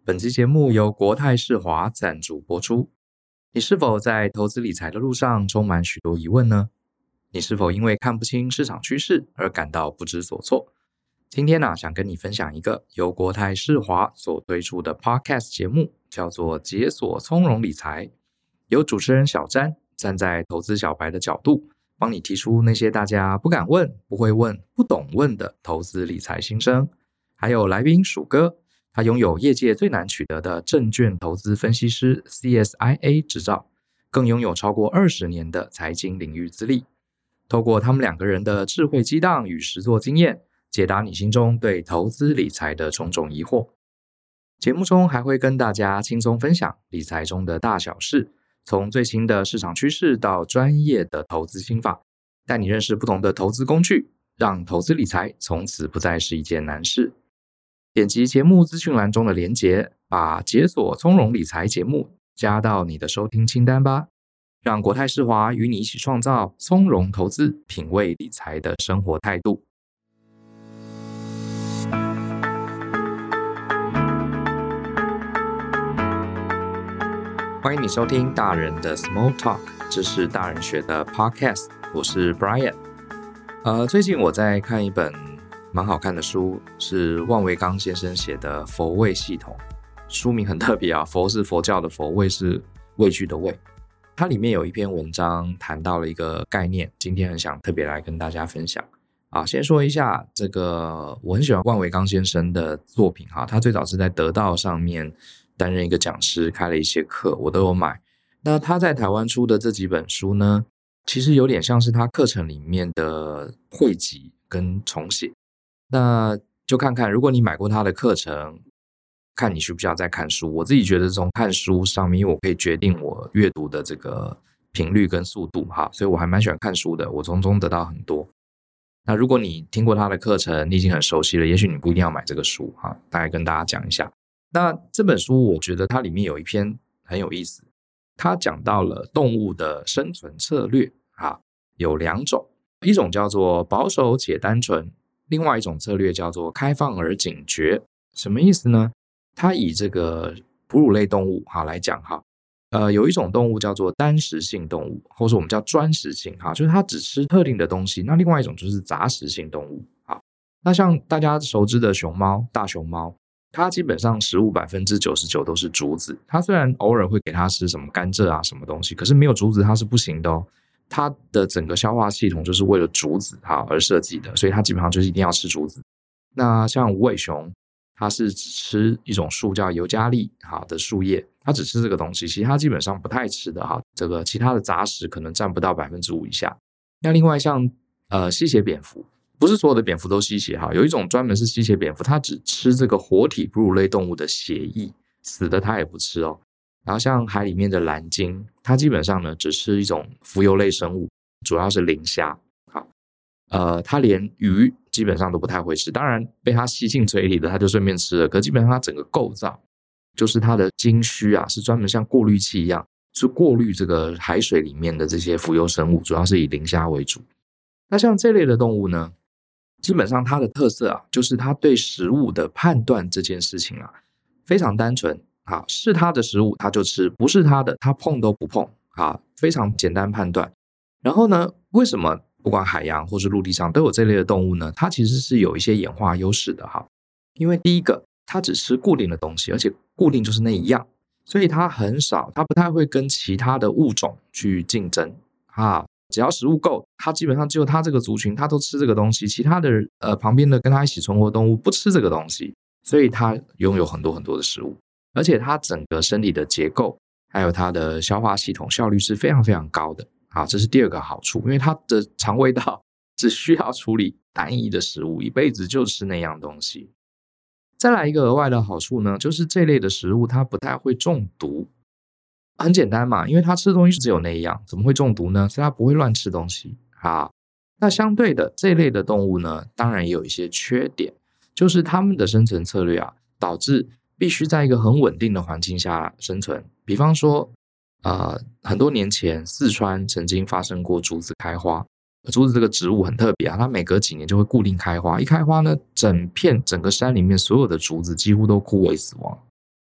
本期节目由国泰世华赞助播出。你是否在投资理财的路上充满许多疑问呢？你是否因为看不清市场趋势而感到不知所措？今天想跟你分享一个由国泰世华所推出的 Podcast 节目，叫做解锁从容理财。由主持人小詹站在投资小白的角度，帮你提出那些大家不敢问、不会问、不懂问的投资理财心声。还有来宾鼠哥，他拥有业界最难取得的证券投资分析师 CSIA 执照，更拥有超过20年的财经领域资历。透过他们两个人的智慧激荡与实作经验，解答你心中对投资理财的种种疑惑。节目中还会跟大家轻松分享理财中的大小事，从最新的市场趋势到专业的投资心法，带你认识不同的投资工具，让投资理财从此不再是一件难事。点击节目资讯栏中的连结，把解锁从容理财节目加到你的收听清单吧，让国泰世华与你一起创造从容投资、品味理财的生活态度。欢迎你收听大人的 Small Talk， 这是大人学的 Podcast， 我是 Brian。最近我在看一本蛮好看的书，是万维刚先生写的《佛胃系统》。书名很特别啊，佛是佛教的佛，胃是畏惧的畏。它里面有一篇文章谈到了一个概念，今天很想特别来跟大家分享。先说一下这个，我很喜欢万维刚先生的作品哈，他最早是在得道上面担任一个讲师，开了一些课，我都有买。那他在台湾出的这几本书呢，其实有点像是他课程里面的汇集跟重写。那就看看，如果你买过他的课程，看你需不需要再看书。我自己觉得从看书上面，因为我可以决定我阅读的这个频率跟速度哈，所以我还蛮喜欢看书的，我从中得到很多。那如果你听过他的课程，你已经很熟悉了，也许你不一定要买这个书哈，大概跟大家讲一下。那这本书我觉得它里面有一篇很有意思，它讲到了动物的生存策略有两种，一种叫做保守且单纯，另外一种策略叫做开放而警觉。什么意思呢？它以这个哺乳类动物来讲有一种动物叫做单食性动物，或者我们叫专食性就是它只吃特定的东西。那另外一种就是杂食性动物那像大家熟知的熊猫，大熊猫，它基本上食物 99% 都是竹子。它虽然偶尔会给它吃什么甘蔗什么东西，可是没有竹子它是不行的哦。它的整个消化系统就是为了竹子而设计的，所以它基本上就是一定要吃竹子。那像无尾熊，它是吃一种树叫尤加利的树叶，它只吃这个东西，其实它基本上不太吃的这个其他的杂食可能占不到 5% 以下。那另外像吸血蝙蝠，不是所有的蝙蝠都吸血有一种专门是吸血蝙蝠，它只吃这个活体哺乳类动物的血液，死的它也不吃哦。然后像海里面的蓝鲸，它基本上呢只吃一种浮游类生物，主要是磷虾它连鱼基本上都不太会吃，当然被它吸进嘴里的它就顺便吃了，可基本上它整个构造就是它的鲸须是专门像过滤器一样，是过滤这个海水里面的这些浮游生物，主要是以磷虾为主。那像这类的动物呢，基本上它的特色就是它对食物的判断这件事情非常单纯是它的食物它就吃，不是它的它碰都不碰非常简单判断。然后呢，为什么不管海洋或是陆地上都有这类的动物呢？它其实是有一些演化优势的因为第一个，它只吃固定的东西，而且固定就是那一样，所以它很少，它不太会跟其他的物种去竞争只要食物够，它基本上只有它这个族群它都吃这个东西，其他的旁边的跟它一起存活的动物不吃这个东西，所以它拥有很多很多的食物，而且它整个身体的结构还有它的消化系统效率是非常非常高的这是第二个好处，因为它的肠胃道只需要处理单一的食物，一辈子就吃那样东西。再来一个额外的好处呢，就是这类的食物它不太会中毒。很简单嘛，因为它吃的东西只有那一样，怎么会中毒呢？所以它不会乱吃东西那相对的，这类的动物呢，当然也有一些缺点，就是它们的生存策略导致必须在一个很稳定的环境下生存。比方说很多年前四川曾经发生过竹子开花。竹子这个植物很特别它每隔几年就会固定开花，一开花呢，整个山里面所有的竹子几乎都枯萎死亡。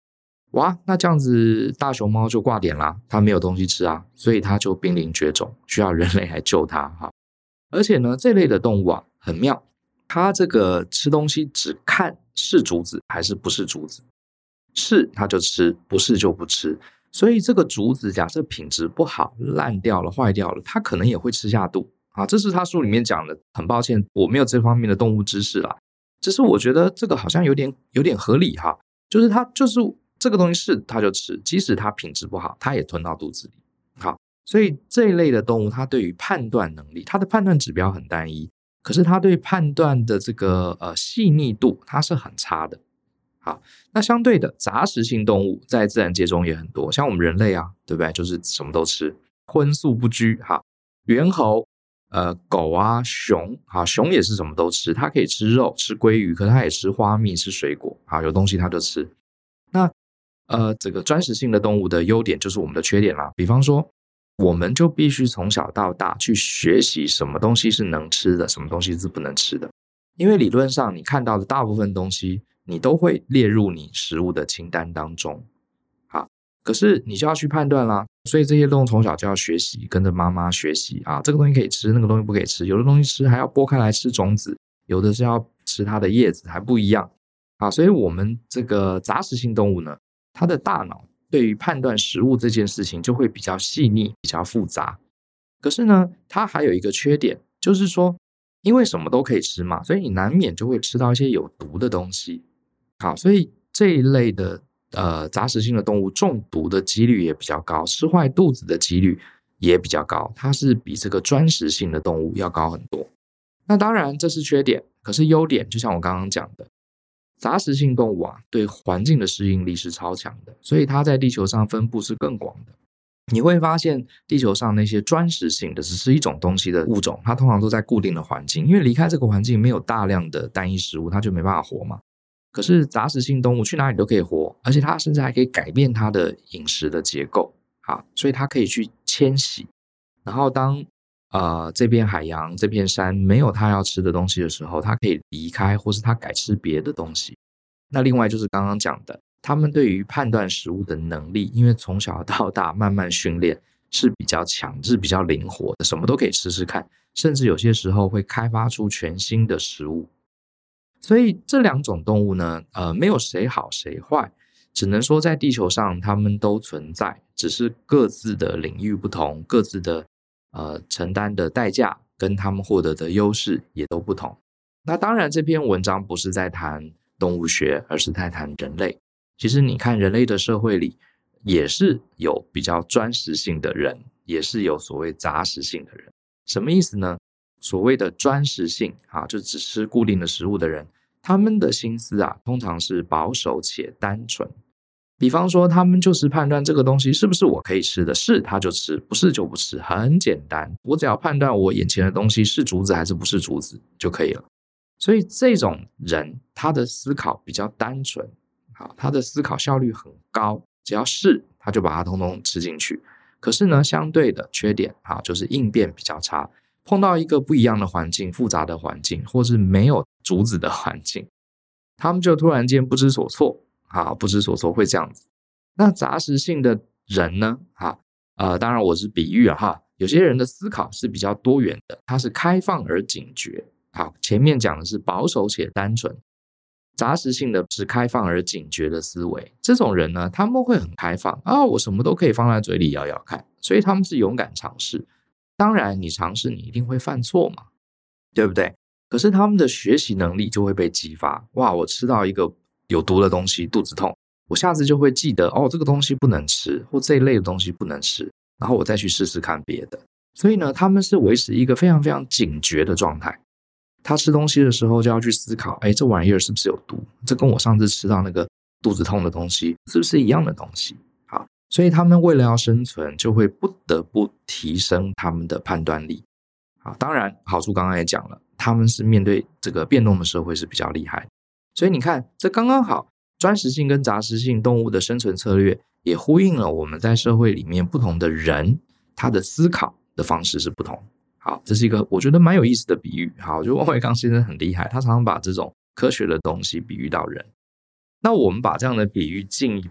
哇，那这样子大熊猫就挂点啦，它没有东西吃啊，所以它就濒临绝种，需要人类来救它哈。而且呢，这类的动物啊很妙，它这个吃东西只看是竹子还是不是竹子，是它就吃，不是就不吃。所以这个竹子假设品质不好，烂掉了、坏掉了，它可能也会吃下肚啊。这是他书里面讲的，很抱歉我没有这方面的动物知识啦。只是我觉得这个好像有点合理哈，就是它就是这个东西是它就吃，即使它品质不好，它也吞到肚子里。好，所以这一类的动物，它对于判断能力，它的判断指标很单一，可是它对判断的这个细腻度，它是很差的。好，那相对的杂食性动物在自然界中也很多，像我们人类啊，对不对？就是什么都吃，荤素不拘。哈，猿猴、狗啊、熊，好，熊也是什么都吃，它可以吃肉、吃鲑鱼，可是它也吃花蜜、吃水果，好，有东西它就吃。那这个专食性的动物的优点就是我们的缺点啦，比方说，我们就必须从小到大去学习什么东西是能吃的，什么东西是不能吃的，因为理论上你看到的大部分东西，你都会列入你食物的清单当中。好，可是你就要去判断啦，所以这些动物从小就要学习，跟着妈妈学习啊，这个东西可以吃，那个东西不可以吃，有的东西吃还要剥开来吃种子，有的是要吃它的叶子，还不一样啊。所以我们这个杂食性动物呢，它的大脑对于判断食物这件事情就会比较细腻，比较复杂。可是呢，它还有一个缺点，就是说因为什么都可以吃嘛，所以你难免就会吃到一些有毒的东西。好，所以这一类的杂食性的动物中毒的几率也比较高，吃坏肚子的几率也比较高，它是比这个专食性的动物要高很多。那当然这是缺点，可是优点就像我刚刚讲的，杂食性动物啊对环境的适应力是超强的，所以它在地球上分布是更广的。你会发现地球上那些专食性的只是一种东西的物种，它通常都在固定的环境，因为离开这个环境没有大量的单一食物，它就没办法活嘛。可是杂食性动物去哪里都可以活，而且它甚至还可以改变它的饮食的结构，好，所以它可以去迁徙。然后当这片海洋这片山没有它要吃的东西的时候，它可以离开，或是它改吃别的东西。那另外就是刚刚讲的，他们对于判断食物的能力，因为从小到大慢慢训练是比较强，是比较灵活的，什么都可以吃吃看，甚至有些时候会开发出全新的食物。所以这两种动物呢，没有谁好谁坏，只能说在地球上它们都存在，只是各自的领域不同，各自的承担的代价跟他们获得的优势也都不同。那当然这篇文章不是在谈动物学，而是在谈人类。其实你看人类的社会里也是有比较专食性的人，也是有所谓杂食性的人。什么意思呢？所谓的专食性就只吃固定的食物的人，他们的心思通常是保守且单纯。比方说他们就是判断这个东西是不是我可以吃的，是他就吃，不是就不吃，很简单，我只要判断我眼前的东西是竹子还是不是竹子就可以了。所以这种人他的思考比较单纯，他的思考效率很高，只要是他就把它通通吃进去。可是呢，相对的缺点就是应变比较差，碰到一个不一样的环境，复杂的环境，或是没有竹子的环境，他们就突然间不知所措，不知所措会这样子。那杂食性的人呢，当然我是比喻有些人的思考是比较多元的，他是开放而警觉。好，前面讲的是保守且单纯，杂食性的是开放而警觉的思维。这种人呢，他们会很开放我什么都可以放在嘴里咬咬看，所以他们是勇敢尝试。当然你尝试你一定会犯错嘛，对不对？可是他们的学习能力就会被激发。哇，我吃到一个有毒的东西，肚子痛，我下次就会记得这个东西不能吃，或这一类的东西不能吃，然后我再去试试看别的。所以呢，他们是维持一个非常非常警觉的状态。他吃东西的时候就要去思考，这玩意儿是不是有毒？这跟我上次吃到那个肚子痛的东西是不是一样的东西？好，所以他们为了要生存，就会不得不提升他们的判断力。好，当然好处刚刚也讲了，他们是面对这个变动的社会是比较厉害的。所以你看，这刚刚好，专食性跟杂食性动物的生存策略也呼应了我们在社会里面不同的人，他的思考的方式是不同。好，这是一个我觉得蛮有意思的比喻。好，我觉得汪维刚先生很厉害，他常常把这种科学的东西比喻到人。那我们把这样的比喻进一步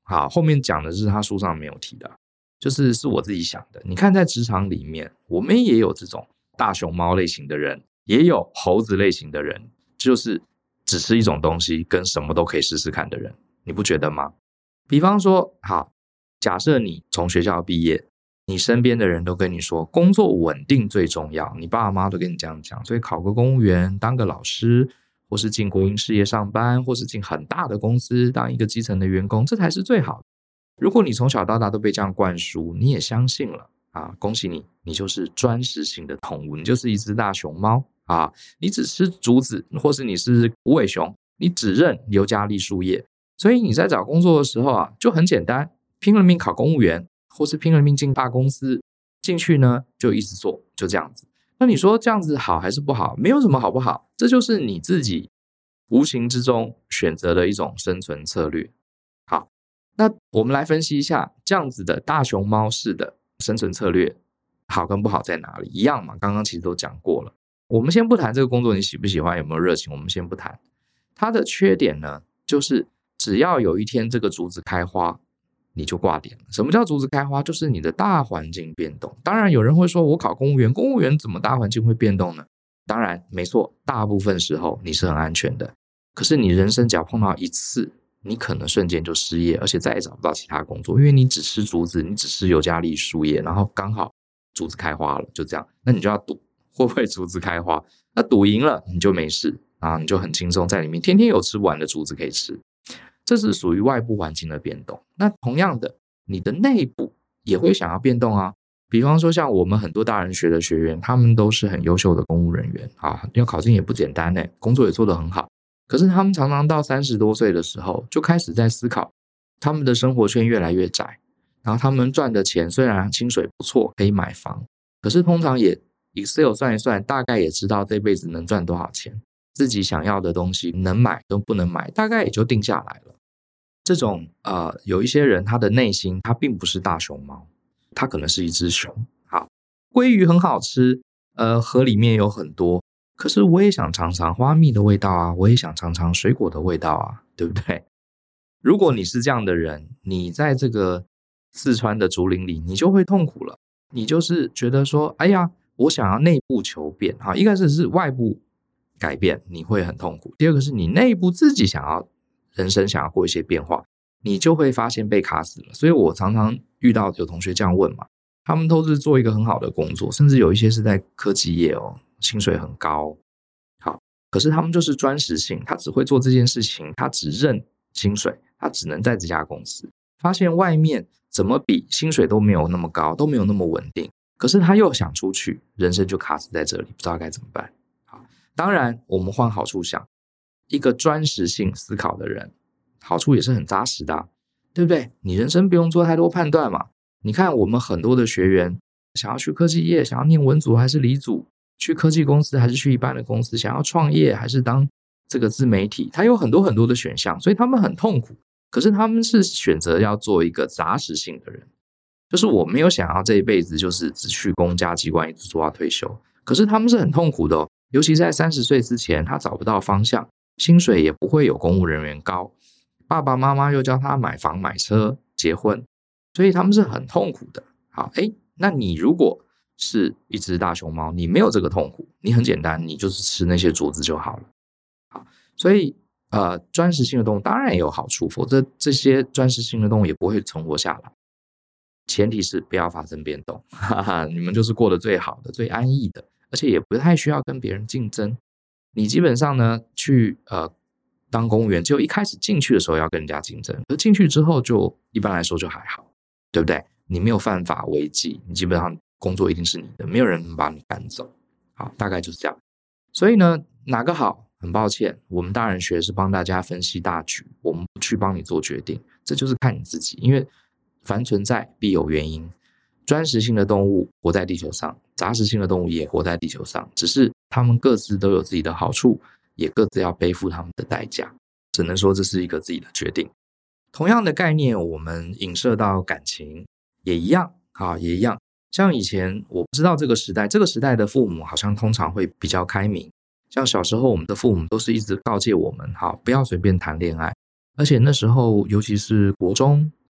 好，后面讲的是他书上没有提的，是我自己想的。你看在职场里面，我们也有这种大熊猫类型的人，也有猴子类型的人，就是只吃一种东西跟什么都可以试试看的人，你不觉得吗？比方说，好，假设你从学校毕业，你身边的人都跟你说工作稳定最重要，你爸妈都跟你这样讲，所以考个公务员，当个老师，或是进国营事业上班，或是进很大的公司当一个基层的员工，这才是最好的。如果你从小到大都被这样灌输，你也相信了啊，恭喜你，你就是专食型的动物，你就是一只大熊猫啊，你只吃竹子，或是你是无尾熊，你只认尤加利树叶。所以你在找工作的时候啊，就很简单，拼了命考公务员，或是拼了命进大公司，进去呢就一直做，就这样子。那你说这样子好还是不好？没有什么好不好，这就是你自己无形之中选择的一种生存策略。好，那我们来分析一下这样子的大熊猫式的生存策略好跟不好在哪里？一样嘛，刚刚其实都讲过了。我们先不谈这个工作你喜不喜欢，有没有热情，我们先不谈。它的缺点呢，就是只要有一天这个竹子开花，你就挂点了。什么叫竹子开花？就是你的大环境变动。当然有人会说，我考公务员，公务员怎么大环境会变动呢？当然没错，大部分时候你是很安全的，可是你人生只要碰到一次，你可能瞬间就失业，而且再也找不到其他工作，因为你只吃竹子，你只吃尤加利树叶，然后刚好竹子开花了，就这样。那你就要赌会不会竹子开花，那赌赢了你就没事啊，你就很轻松在里面，天天有吃不完的竹子可以吃。这是属于外部环境的变动。那同样的，你的内部也会想要变动啊。比方说像我们很多大人学的学员，他们都是很优秀的公务人员啊，要考进也不简单耶，工作也做得很好。可是他们常常到30多岁的时候，就开始在思考，他们的生活圈越来越窄，然后他们赚的钱虽然薪水不错，可以买房，可是通常也 Excel 算一算，大概也知道这辈子能赚多少钱，自己想要的东西能买都不能买，大概也就定下来了。这种有一些人他的内心他并不是大熊猫，他可能是一只熊。好，鲑鱼很好吃，河里面有很多，可是我也想尝尝花蜜的味道啊，我也想尝尝水果的味道啊，对不对？如果你是这样的人，你在这个四川的竹林里，你就会痛苦了。你就是觉得说，哎呀，我想要内部求变，一个是外部改变，你会很痛苦。第二个是你内部自己想要人生想要过一些变化，你就会发现被卡死了。所以我常常遇到有同学这样问嘛，他们都是做一个很好的工作，甚至有一些是在科技业哦，薪水很高。好，可是他们就是专时性，他只会做这件事情，他只认薪水，他只能在这家公司。发现外面怎么比薪水都没有那么高，都没有那么稳定，可是他又想出去，人生就卡死在这里，不知道该怎么办。好，当然我们换好处想，一个专时性思考的人，好处也是很扎实的啊，对不对？你人生不用做太多判断嘛。你看我们很多的学员想要去科技业，想要念文组还是理组，去科技公司还是去一般的公司，想要创业还是当这个自媒体，他有很多很多的选项，所以他们很痛苦。可是他们是选择要做一个扎实性的人，就是我没有想要这一辈子就是只去公家机关一直做到退休，可是他们是很痛苦的哦，尤其在30岁之前他找不到方向，薪水也不会有公务人员高，爸爸妈妈又叫他买房买车结婚，所以他们是很痛苦的。好，那你如果是一只大熊猫，你没有这个痛苦，你很简单，你就是吃那些竹子就好了。好，所以专食性的动物当然也有好处，否则这些专食性的动物也不会存活下来。前提是不要发生变动，哈哈，你们就是过得最好的、最安逸的，而且也不太需要跟别人竞争。你基本上呢，去当公务员，只有一开始进去的时候要跟人家竞争，可进去之后就一般来说就还好，对不对？你没有犯法违纪，你基本上工作一定是你的，没有人能把你赶走。好，大概就是这样。所以呢，哪个好？很抱歉，我们大人学是帮大家分析大局，我们不去帮你做决定，这就是看你自己。因为凡存在必有原因，专食性的动物活在地球上，杂食性的动物也活在地球上，只是他们各自都有自己的好处，也各自要背负他们的代价，只能说这是一个自己的决定。同样的概念我们影射到感情也一样，也一样。像以前我不知道这个时代的父母好像通常会比较开明，像小时候我们的父母都是一直告诫我们，不要随便谈恋爱，而且那时候尤其是国中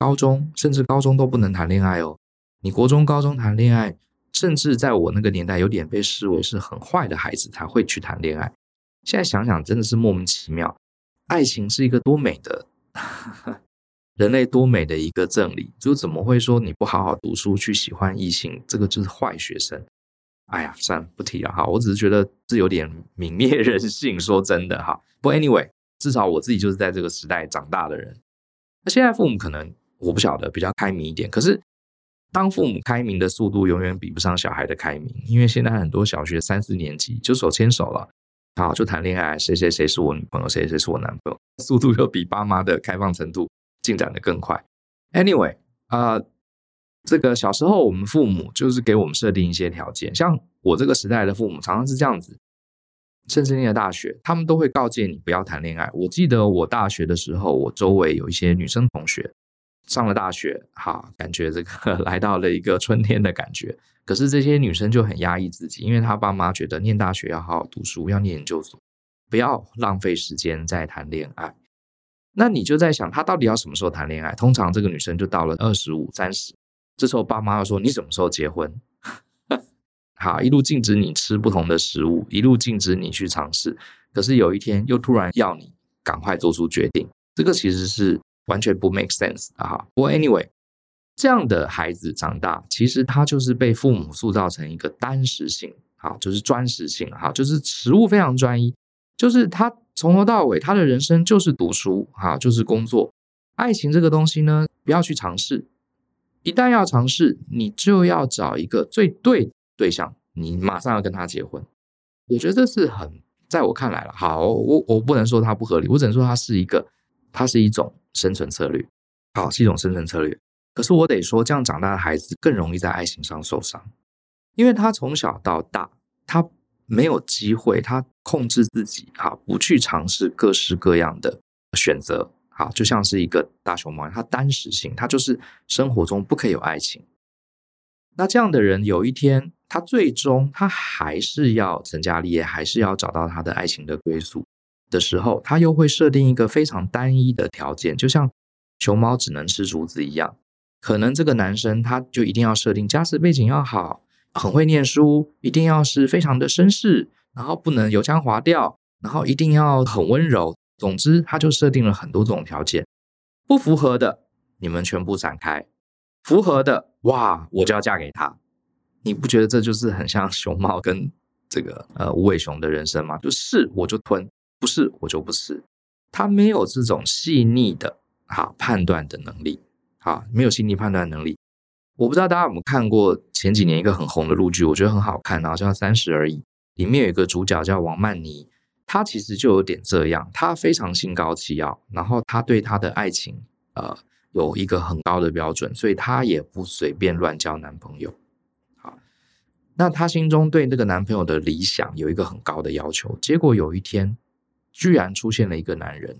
高中，甚至高中都不能谈恋爱哦。你国中、高中谈恋爱，甚至在我那个年代有点被视为是很坏的孩子才会去谈恋爱。现在想想真的是莫名其妙，爱情是一个多美的人类多美的一个正理，就怎么会说你不好好读书去喜欢异性，这个就是坏学生。哎呀，算了，不提了哈。我只是觉得是有点泯灭人性，说真的哈。不过 anyway， 至少我自己就是在这个时代长大的人。那现在父母可能我不晓得比较开明一点，可是当父母开明的速度永远比不上小孩的开明，因为现在很多小学3、4年级就手牵手了，好就谈恋爱，谁谁谁是我女朋友，谁谁是我男朋友，速度又比爸妈的开放程度进展得更快。Anyway，这个小时候我们父母就是给我们设定一些条件，像我这个时代的父母常常是这样子，甚至念了大学，他们都会告诫你不要谈恋爱。我记得我大学的时候，我周围有一些女生同学上了大学，感觉这个来到了一个春天的感觉。可是这些女生就很压抑自己，因为她爸妈觉得念大学要好好读书，要念研究所，不要浪费时间在谈恋爱。那你就在想，她到底要什么时候谈恋爱？通常这个女生就到了25、30，这时候爸妈要说你什么时候结婚？好，一路禁止你吃不同的食物，一路禁止你去尝试，可是有一天又突然要你赶快做出决定，这个其实是完全不 make sense 的哈。不过 anyway， 这样的孩子长大，其实他就是被父母塑造成一个单实性，好，就是专实性，好，就是食物非常专一，就是他从头到尾他的人生就是读书，好，就是工作。爱情这个东西呢，不要去尝试，一旦要尝试，你就要找一个最对的对象，你马上要跟他结婚。我觉得这是很，在我看来了，好，我不能说它不合理，我只能说它是一种生存策略，好，是一种生存策略。可是我得说，这样长大的孩子更容易在爱情上受伤，因为他从小到大，他没有机会，他控制自己，好，不去尝试各式各样的选择，好，就像是一个大熊猫，他单实性，他就是生活中不可以有爱情。那这样的人有一天他最终他还是要成家立业，还是要找到他的爱情的归宿的时候，他又会设定一个非常单一的条件，就像熊猫只能吃竹子一样。可能这个男生他就一定要设定家世背景要好，很会念书，一定要是非常的绅士，然后不能油腔滑调，然后一定要很温柔，总之他就设定了很多这种条件。不符合的你们全部闪开，符合的哇我就要嫁给他。你不觉得这就是很像熊猫跟这个无尾熊的人生吗？就是我就吞，不是我就不吃。他没有这种细腻的判断的能力，没有细腻判断的能力。我不知道大家有没有看过前几年一个很红的陆剧，我觉得很好看，叫《30而已》，里面有一个主角叫王曼妮，他其实就有点这样，他非常心高气傲，然后他对他的爱情有一个很高的标准，所以他也不随便乱交男朋友。好，那他心中对这个男朋友的理想有一个很高的要求，结果有一天居然出现了一个男人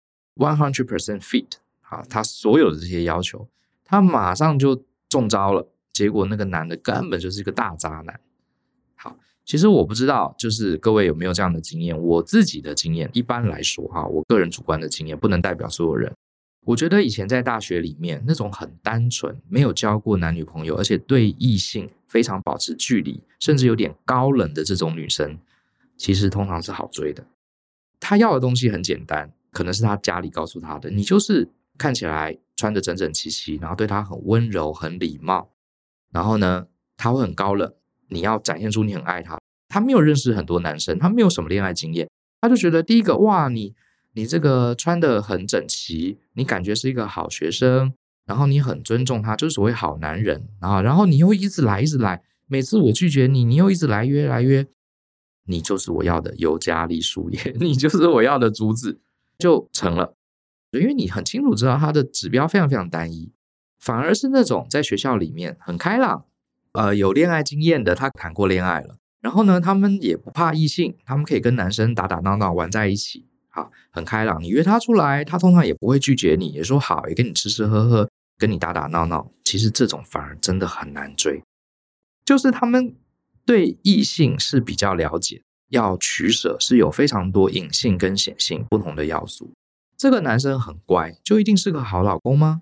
100% fit， 他所有的这些要求，他马上就中招了，结果那个男的根本就是一个大渣男。好，其实我不知道就是各位有没有这样的经验，我自己的经验一般来说我个人主观的经验不能代表所有人。我觉得以前在大学里面那种很单纯，没有交过男女朋友，而且对异性非常保持距离，甚至有点高冷的这种女生，其实通常是好追的。她要的东西很简单，可能是她家里告诉她的，你就是看起来穿得整整齐齐，然后对她很温柔很礼貌，然后呢她会很高冷，你要展现出你很爱她。她没有认识很多男生，她没有什么恋爱经验，她就觉得第一个哇你这个穿得很整齐，你感觉是一个好学生，然后你很尊重他，就是所谓好男人，然后你又一直来，每次我拒绝你，你又一直来约，你就是我要的尤加利树叶，你就是我要的竹子，就成了。因为你很清楚知道他的指标非常非常单一，反而是那种在学校里面很开朗，有恋爱经验的，他谈过恋爱了，然后呢他们也不怕异性，他们可以跟男生打打闹闹玩在一起，很开朗，你约他出来，他通常也不会拒绝你，也说好，也跟你吃吃喝喝，跟你打打闹闹。其实这种反而真的很难追，就是他们对异性是比较了解，要取舍是有非常多隐性跟显性不同的要素。这个男生很乖，就一定是个好老公吗？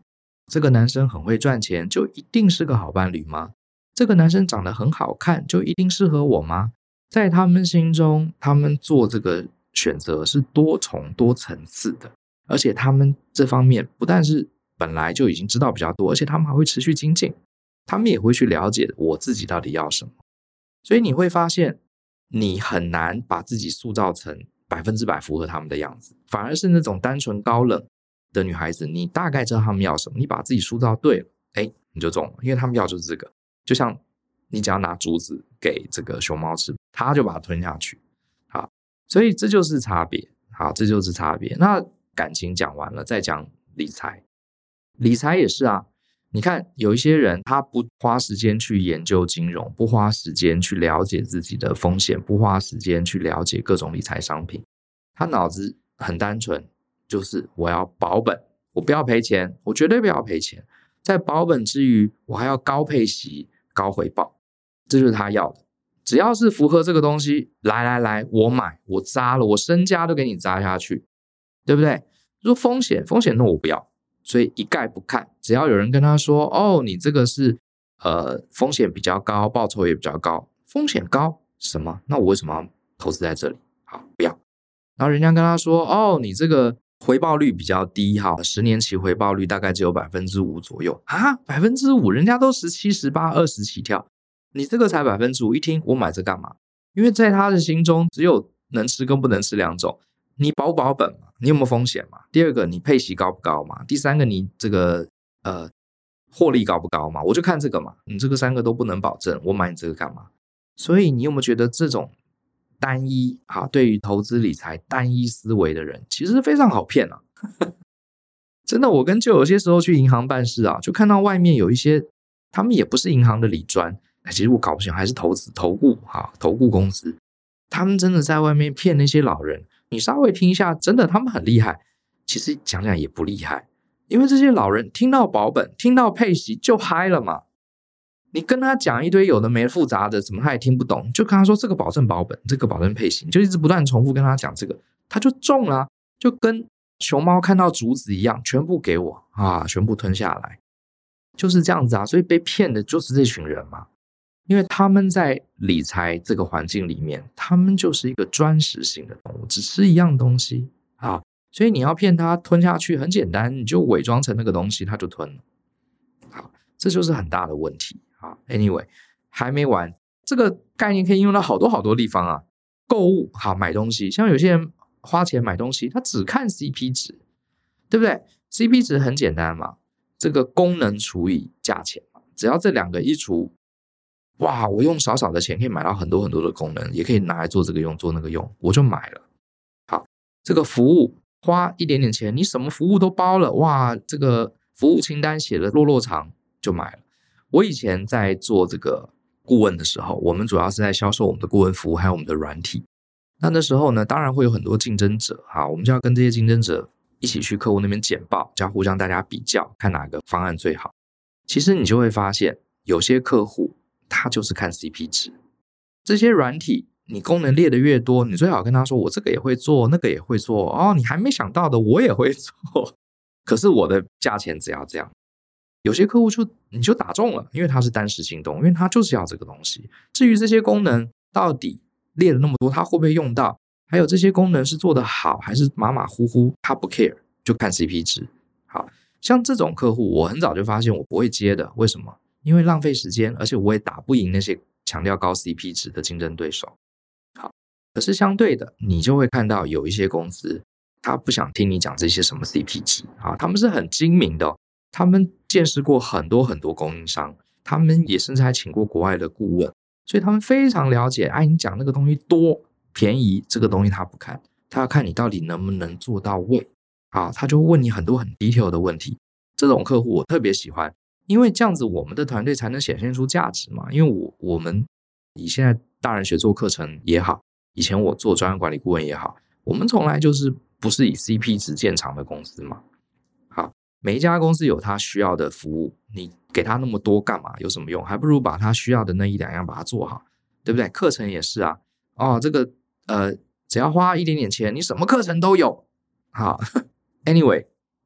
这个男生很会赚钱就一定是个好伴侣吗？这个男生长得很好看就一定适合我吗？在他们心中，他们做这个选择是多重多层次的，而且他们这方面不但是本来就已经知道比较多，而且他们还会持续精进，他们也会去了解我自己到底要什么。所以你会发现你很难把自己塑造成100%符合他们的样子，反而是那种单纯高冷的女孩子，你大概知道他们要什么，你把自己塑造对了，你就中了，因为他们要就是这个。就像你只要拿竹子给这个熊猫吃，它就把它吞下去。好，所以这就是差别。好，这就是差别。那感情讲完了，再讲理财。理财也是啊，你看有一些人他不花时间去研究金融，不花时间去了解自己的风险，不花时间去了解各种理财商品，他脑子很单纯，就是我要保本，我不要赔钱，我绝对不要赔钱，在保本之余我还要高配息高回报，这就是他要的。只要是符合这个东西，来我买，我扎了，我身家都给你扎下去，对不对？说风险那我不要，所以一概不看。只要有人跟他说你这个是风险比较高，报酬也比较高，风险高什么？那我为什么要投资在这里？好，不要。然后人家跟他说你这个回报率比较低，10年期回报率大概只有 5% 左右啊 5%， 人家都17、18、20起跳，你这个才 5%， 一听我买这干嘛？因为在他的心中只有能吃跟不能吃两种，你保不保本嘛？你有没有风险嘛？第二个你配息高不高嘛？第三个你这个获利高不高嘛？我就看这个嘛，你这个3个都不能保证，我买你这个干嘛？所以你有没有觉得这种单一对于投资理财单一思维的人其实非常好骗啊真的，我跟就有些时候去银行办事就看到外面有一些他们也不是银行的理专，其实我搞不清还是投顾公司，他们真的在外面骗那些老人，你稍微听一下，真的他们很厉害，其实讲讲也不厉害，因为这些老人听到保本听到配息就嗨了嘛，你跟他讲一堆有的没复杂的怎么他也听不懂，就跟他说这个保证保本，这个保证配息，你就一直不断重复跟他讲这个，他就中了就跟熊猫看到竹子一样，全部给我全部吞下来，就是这样子所以被骗的就是这群人嘛，因为他们在理财这个环境里面，他们就是一个专食性的动物，只吃一样东西所以你要骗他吞下去很简单，你就伪装成那个东西他就吞了。好，这就是很大的问题。Anyway 还没完，这个概念可以应用到好多地方购物买东西，像有些人花钱买东西他只看 CP 值，对不对？ CP 值很简单嘛，这个功能除以价钱嘛，只要这两个一除，哇，我用少少的钱可以买到很多的功能，也可以拿来做这个用做那个用，我就买了。好，这个服务花一点点钱你什么服务都包了，哇，这个服务清单写的落长就买了。我以前在做这个顾问的时候，我们主要是在销售我们的顾问服务还有我们的软体，那时候呢当然会有很多竞争者我们就要跟这些竞争者一起去客户那边简报，就要互相大家比较看哪个方案最好。其实你就会发现有些客户他就是看 CP 值，这些软体你功能列的越多，你最好跟他说我这个也会做那个也会做你还没想到的我也会做，可是我的价钱只要这样。有些客户你就打中了，因为他是单实行动，因为他就是要这个东西。至于这些功能到底列了那么多他会不会用到，还有这些功能是做得好还是马马虎虎，他不 care， 就看 CP 值。好，像这种客户我很早就发现我不会接的，为什么？因为浪费时间，而且我也打不赢那些强调高 CP 值的竞争对手。好，可是相对的你就会看到有一些公司他不想听你讲这些什么 CP 值他们是很精明的他们见识过很多供应商，他们也甚至还请过国外的顾问，所以他们非常了解你讲那个东西多便宜，这个东西他不看，他要看你到底能不能做到位他就问你很多很 detail 的问题。这种客户我特别喜欢，因为这样子我们的团队才能显现出价值嘛。因为我们以现在大人学做课程也好，以前我做专案管理顾问也好，我们从来就是不是以 CP 值见长的公司嘛。好，每一家公司有他需要的服务，你给他那么多干嘛？有什么用？还不如把他需要的那一两样把它做好，对不对？课程也是这个只要花一点点钱，你什么课程都有。好 ，anyway，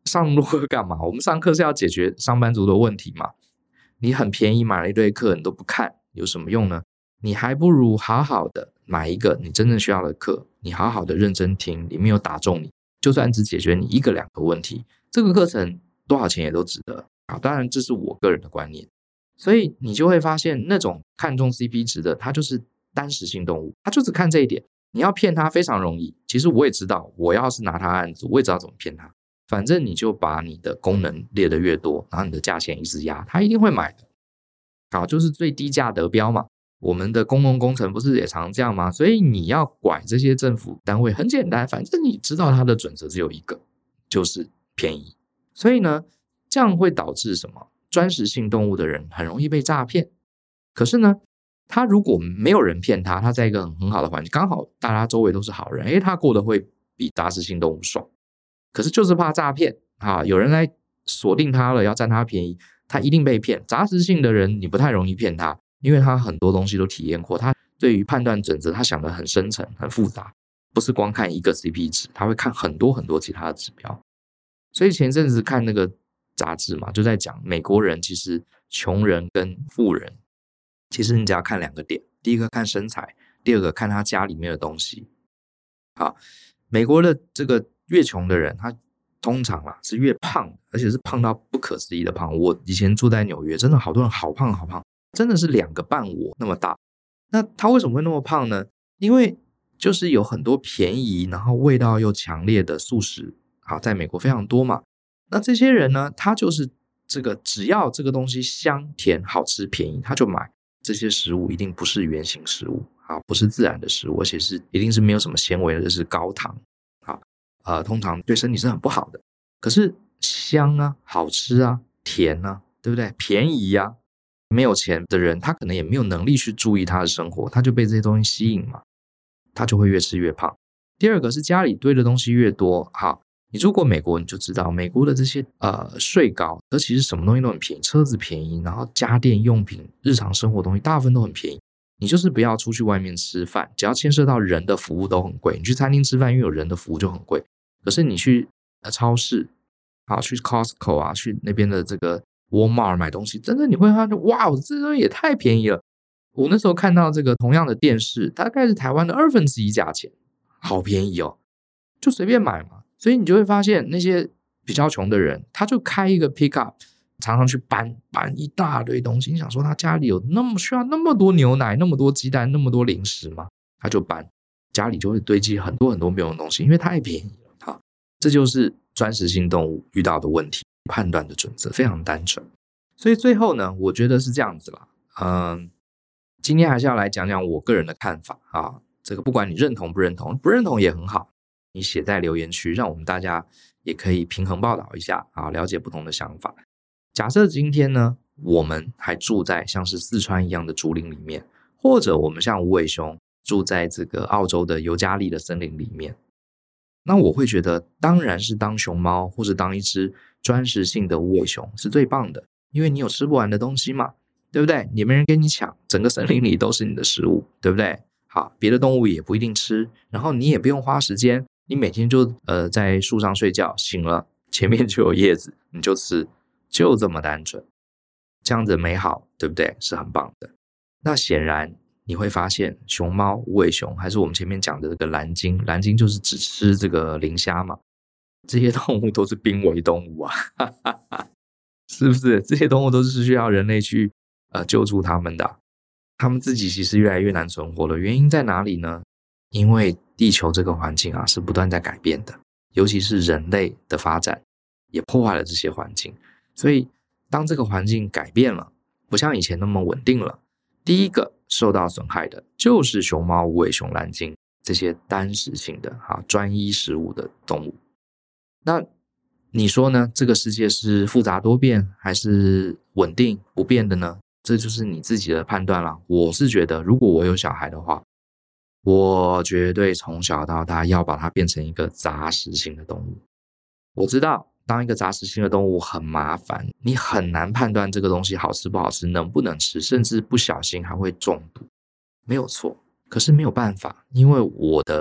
上那么多课干嘛？我们上课是要解决上班族的问题嘛。你很便宜买了一堆课，你都不看，有什么用呢？你还不如好好的买一个你真正需要的课，你好好的认真听，里面有打中你，就算只解决你1个2个问题，这个课程多少钱也都值得。好，当然这是我个人的观念。所以你就会发现那种看重 CP 值的，他就是单实性动物，他就只看这一点。你要骗他非常容易，其实我也知道，我要是拿他案子，我也知道怎么骗他。反正你就把你的功能列得越多，然后你的价钱一直压，他一定会买的。好，就是最低价得标嘛。我们的公共工程不是也常这样吗？所以你要拐这些政府单位很简单，反正你知道它的准则只有一个，就是便宜。所以呢，这样会导致什么？专实性动物的人很容易被诈骗。可是呢，他如果没有人骗他，他在一个很好的环境，刚好大家周围都是好人，他过得会比杂食性动物爽。可是就是怕诈骗啊，有人来锁定他了，要占他便宜，他一定被骗。杂食性的人你不太容易骗他，因为他很多东西都体验过，他对于判断准则他想得很深层很复杂，不是光看一个 CP 值，他会看很多很多其他的指标。所以前阵子看那个杂志嘛，就在讲美国人其实穷人跟富人，其实你只要看2个点，第一个看身材，第二个看他家里面的东西。好，美国的这个越穷的人，他通常是越胖，而且是胖到不可思议的胖。我以前住在纽约，真的好多人好胖好胖，真的是2个半我那么大。那他为什么会那么胖呢？因为就是有很多便宜然后味道又强烈的素食，好，在美国非常多嘛。那这些人呢，他就是这个只要这个东西香甜好吃便宜，他就买。这些食物一定不是原型食物，好，不是自然的食物，而且一定是没有什么纤维的，就是高糖，好，通常对身体是很不好的。可是香啊，好吃啊，甜啊，对不对？便宜啊，没有钱的人他可能也没有能力去注意他的生活，他就被这些东西吸引嘛，他就会越吃越胖。第二个是家里堆的东西越多，好，你住过美国你就知道，美国的这些税高，而其实什么东西都很便宜，车子便宜，然后家电用品日常生活东西大部分都很便宜。你就是不要出去外面吃饭，只要牵涉到人的服务都很贵。你去餐厅吃饭因为有人的服务就很贵，可是你去超市好，去 Costco 啊，去那边的这个 Walmart 买东西，真的你会发现哇，这东西也太便宜了。我那时候看到这个同样的电视大概是台湾的1/2价钱，好便宜哦，就随便买嘛。所以你就会发现那些比较穷的人，他就开一个 pickup， 常常去搬一大堆东西。你想说他家里有需要那么多牛奶，那么多鸡蛋，那么多零食吗？他就搬，家里就会堆积很多很多没用的东西，因为太便宜了。好，这就是专食性动物遇到的问题，判断的准则非常单纯。所以最后呢，我觉得是这样子啦。今天还是要来讲讲我个人的看法啊。这个不管你认同不认同，不认同也很好，你写在留言区，让我们大家也可以平衡报道一下啊，了解不同的想法。假设今天呢，我们还住在像是四川一样的竹林里面，或者我们像无尾熊住在这个澳洲的尤加利的森林里面，那我会觉得当然是当熊猫或者当一只专食性的无尾熊是最棒的，因为你有吃不完的东西嘛，对不对？也没人跟你抢，整个森林里都是你的食物，对不对？好，别的动物也不一定吃，然后你也不用花时间，你每天就在树上睡觉，醒了前面就有叶子，你就吃，就这么单纯，这样子美好，对不对？是很棒的。那显然你会发现，熊猫、无尾熊，还是我们前面讲的这个蓝鲸，蓝鲸就是只吃这个磷虾嘛，这些动物都是濒危动物啊，是不是？这些动物都是需要人类去救助他们的啊。他们自己其实越来越难存活了，原因在哪里呢？因为地球这个环境啊是不断在改变的，尤其是人类的发展也破坏了这些环境。所以当这个环境改变了，不像以前那么稳定了，第一个受到损害的就是熊猫、无尾熊、蓝鲸这些单食性的专一食物的动物。那你说呢？这个世界是复杂多变还是稳定不变的呢？这就是你自己的判断啦。我是觉得如果我有小孩的话，我绝对从小到大要把它变成一个杂食性的动物。我知道当一个杂食性的动物很麻烦，你很难判断这个东西好吃不好吃，能不能吃，甚至不小心还会中毒，没有错。可是没有办法，因为我的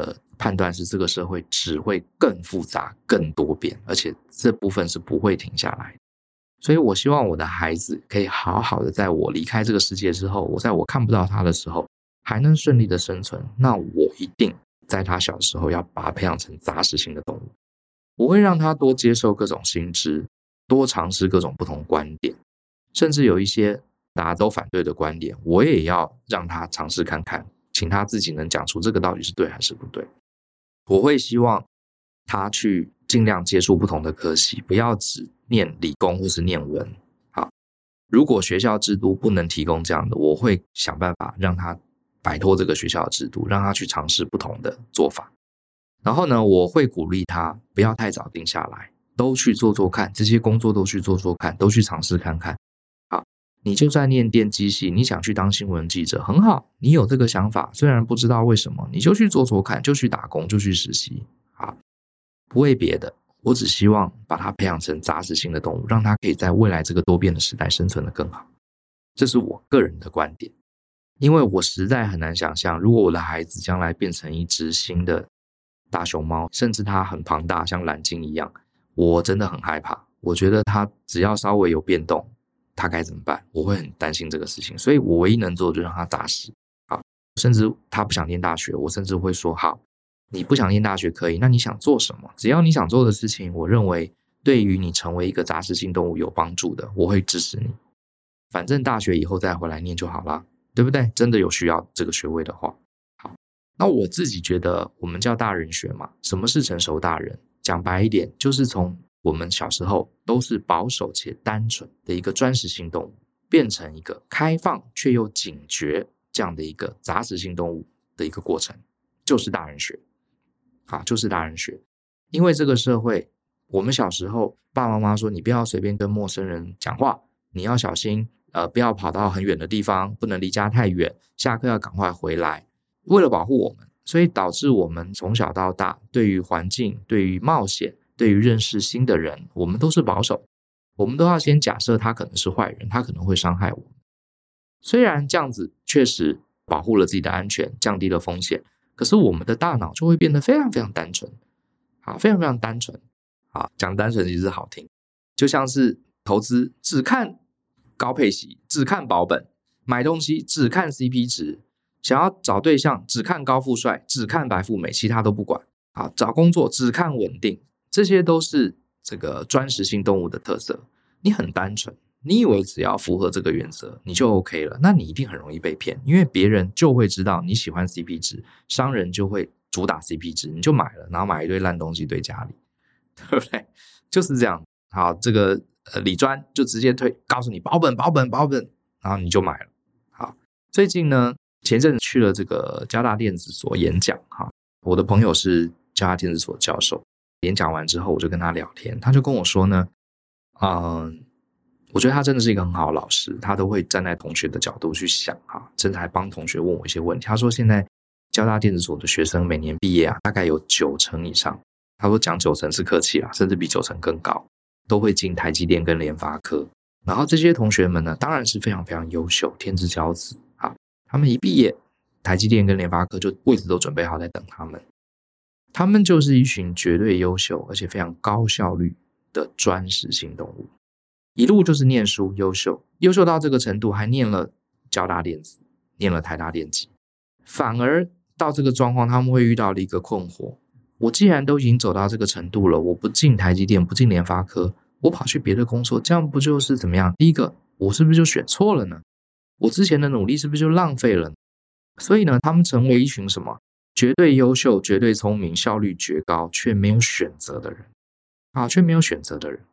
判断是这个社会只会更复杂、更多变，而且这部分是不会停下来的。所以我希望我的孩子可以好好的在我离开这个世界之后，在我看不到他的时候，还能顺利的生存。那我一定在他小的时候要把他培养成杂食性的动物。我会让他多接受各种新知，多尝试各种不同观点，甚至有一些大家都反对的观点，我也要让他尝试看看，请他自己能讲出这个到底是对还是不对。我会希望他去尽量接触不同的科系，不要只念理工或是念文。好，如果学校制度不能提供这样的，我会想办法让他摆脱这个学校的制度，让他去尝试不同的做法。然后呢，我会鼓励他不要太早定下来，都去做做看，这些工作都去做做看，都去尝试看看。好，你就算念电机系，你想去当新闻记者，很好，你有这个想法，虽然不知道为什么，你就去做做看，就去打工，就去实习。好，不为别的，我只希望把它培养成杂食性的动物，让它可以在未来这个多变的时代生存得更好。这是我个人的观点，因为我实在很难想象，如果我的孩子将来变成一只新的大熊猫，甚至它很庞大，像蓝鲸一样，我真的很害怕。我觉得它只要稍微有变动，它该怎么办？我会很担心这个事情，所以我唯一能做的就让它杂食。好，甚至他不想念大学，我甚至会说，好，你不想念大学可以，那你想做什么？只要你想做的事情，我认为对于你成为一个杂食性动物有帮助的，我会支持你。反正大学以后再回来念就好啦，对不对？真的有需要这个学位的话。好，那我自己觉得我们叫大人学嘛，什么是成熟大人？讲白一点，就是从我们小时候都是保守且单纯的一个专食性动物，变成一个开放却又警觉这样的一个杂食性动物的一个过程，就是大人学。好，就是大人学。因为这个社会，我们小时候爸爸妈妈说你不要随便跟陌生人讲话，你要小心不要跑到很远的地方，不能离家太远，下课要赶快回来。为了保护我们，所以导致我们从小到大对于环境、对于冒险、对于认识新的人，我们都是保守，我们都要先假设他可能是坏人，他可能会伤害我们。虽然这样子确实保护了自己的安全，降低了风险，可是我们的大脑就会变得非常非常单纯。好，非常非常单纯。好，讲单纯其实好听，就像是投资只看高配息，只看保本，买东西只看 CP 值，想要找对象只看高富帅，只看白富美，其他都不管。好，找工作只看稳定，这些都是这个专食性动物的特色。你很单纯，你以为只要符合这个原则你就 OK 了，那你一定很容易被骗，因为别人就会知道你喜欢 CP 值，商人就会主打 CP 值，你就买了，然后买一堆烂东西堆家里，对不对？就是这样。好，这个理专就直接告诉你保本，然后你就买了。好，最近呢，前阵子去了这个交大电子所演讲。哈，我的朋友是交大电子所教授，演讲完之后我就跟他聊天，他就跟我说呢，我觉得他真的是一个很好的老师，他都会站在同学的角度去想，甚至还帮同学问我一些问题。他说现在交大电子所的学生每年毕业大概有90%以上，他说讲90%是客气啦，甚至比90%更高，都会进台积电跟联发科。然后这些同学们呢，当然是非常非常优秀，天之骄子。他们一毕业，台积电跟联发科就位置都准备好在等他们。他们就是一群绝对优秀而且非常高效率的专食性动物，一路就是念书优秀到这个程度，还念了交大电子，念了台大电机。反而到这个状况，他们会遇到了一个困惑，我既然都已经走到这个程度了，我不进台积电，不进联发科，我跑去别的工作，这样不就是怎么样？第一个，我是不是就选错了呢？我之前的努力是不是就浪费了呢？所以呢，他们成为一群什么？绝对优秀、绝对聪明、效率绝高，却没有选择的人。却没有选择的人。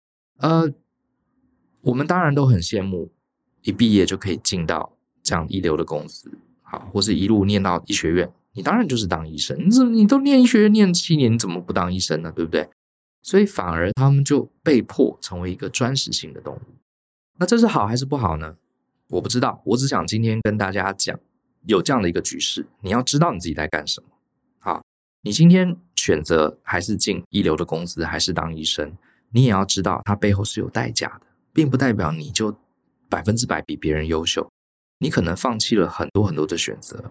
我们当然都很羡慕一毕业就可以进到这样一流的公司，或是一路念到医学院，你当然就是当医生。你都念医学院念7年，你怎么不当医生呢？对不对？所以反而他们就被迫成为一个专食性的动物。那这是好还是不好呢？我不知道，我只想今天跟大家讲，有这样的一个局势，你要知道你自己在干什么。好，你今天选择还是进一流的公司，还是当医生，你也要知道它背后是有代价的，并不代表你就100%比别人优秀，你可能放弃了很多很多的选择。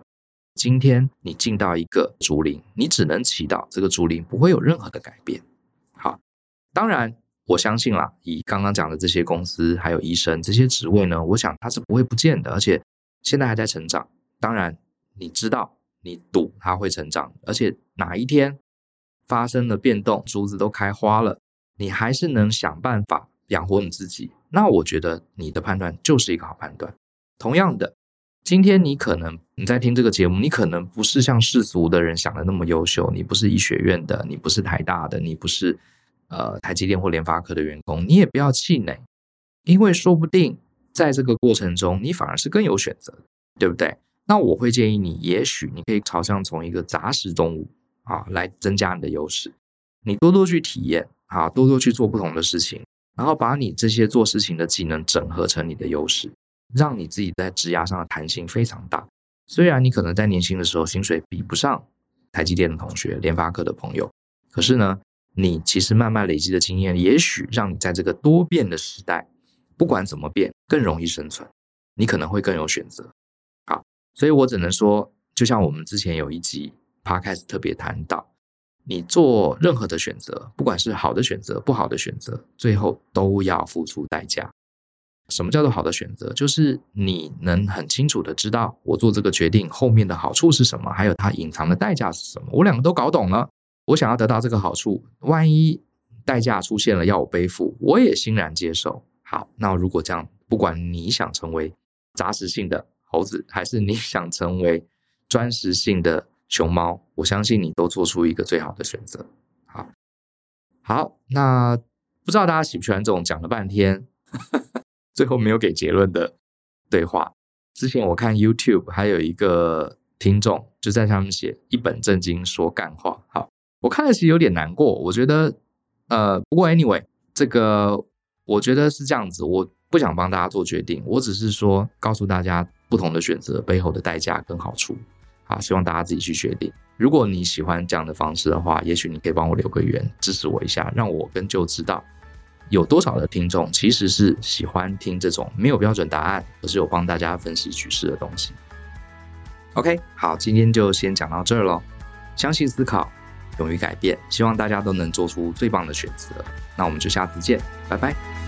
今天你进到一个竹林，你只能祈祷这个竹林不会有任何的改变。好，当然我相信啦，以刚刚讲的这些公司还有医生这些职位呢，我想它是不会不见的，而且现在还在成长。当然你知道你赌它会成长，而且哪一天发生了变动，竹子都开花了，你还是能想办法养活你自己，那我觉得你的判断就是一个好判断。同样的，今天你在听这个节目，你可能不是像世俗的人想的那么优秀，你不是医学院的，你不是台大的，你不是台积电或联发科的员工，你也不要气馁，因为说不定在这个过程中你反而是更有选择，对不对？那我会建议你，也许你可以朝向从一个杂食动物来增加你的优势，你多多去体验多多去做不同的事情，然后把你这些做事情的技能整合成你的优势，让你自己在职涯上的弹性非常大。虽然你可能在年轻的时候薪水比不上台积电的同学、联发科的朋友，可是呢，你其实慢慢累积的经验，也许让你在这个多变的时代，不管怎么变，更容易生存，你可能会更有选择。好，所以我只能说，就像我们之前有一集 Podcast 特别谈到，你做任何的选择，不管是好的选择、不好的选择，最后都要付出代价。什么叫做好的选择？就是你能很清楚的知道我做这个决定后面的好处是什么，还有它隐藏的代价是什么。我两个都搞懂了，我想要得到这个好处，万一代价出现了要我背负，我也欣然接受。好，那如果这样，不管你想成为杂食性的猴子，还是你想成为专食性的熊猫，我相信你都做出一个最好的选择。好，那不知道大家喜不喜欢这种讲了半天最后没有给结论的对话。之前我看 YouTube 还有一个听众就在上面写一本正经说干话，好，我看了其实有点难过。我觉得不过 anyway 这个我觉得是这样子，我不想帮大家做决定，我只是说告诉大家不同的选择背后的代价跟好处。好，希望大家自己去决定。如果你喜欢这样的方式的话，也许你可以帮我留个言支持我一下，让我跟就知道有多少的听众其实是喜欢听这种没有标准答案，而是有帮大家分析局势的东西。OK， 好，今天就先讲到这儿咯。相信思考，勇于改变，希望大家都能做出最棒的选择。那我们就下次见，拜拜。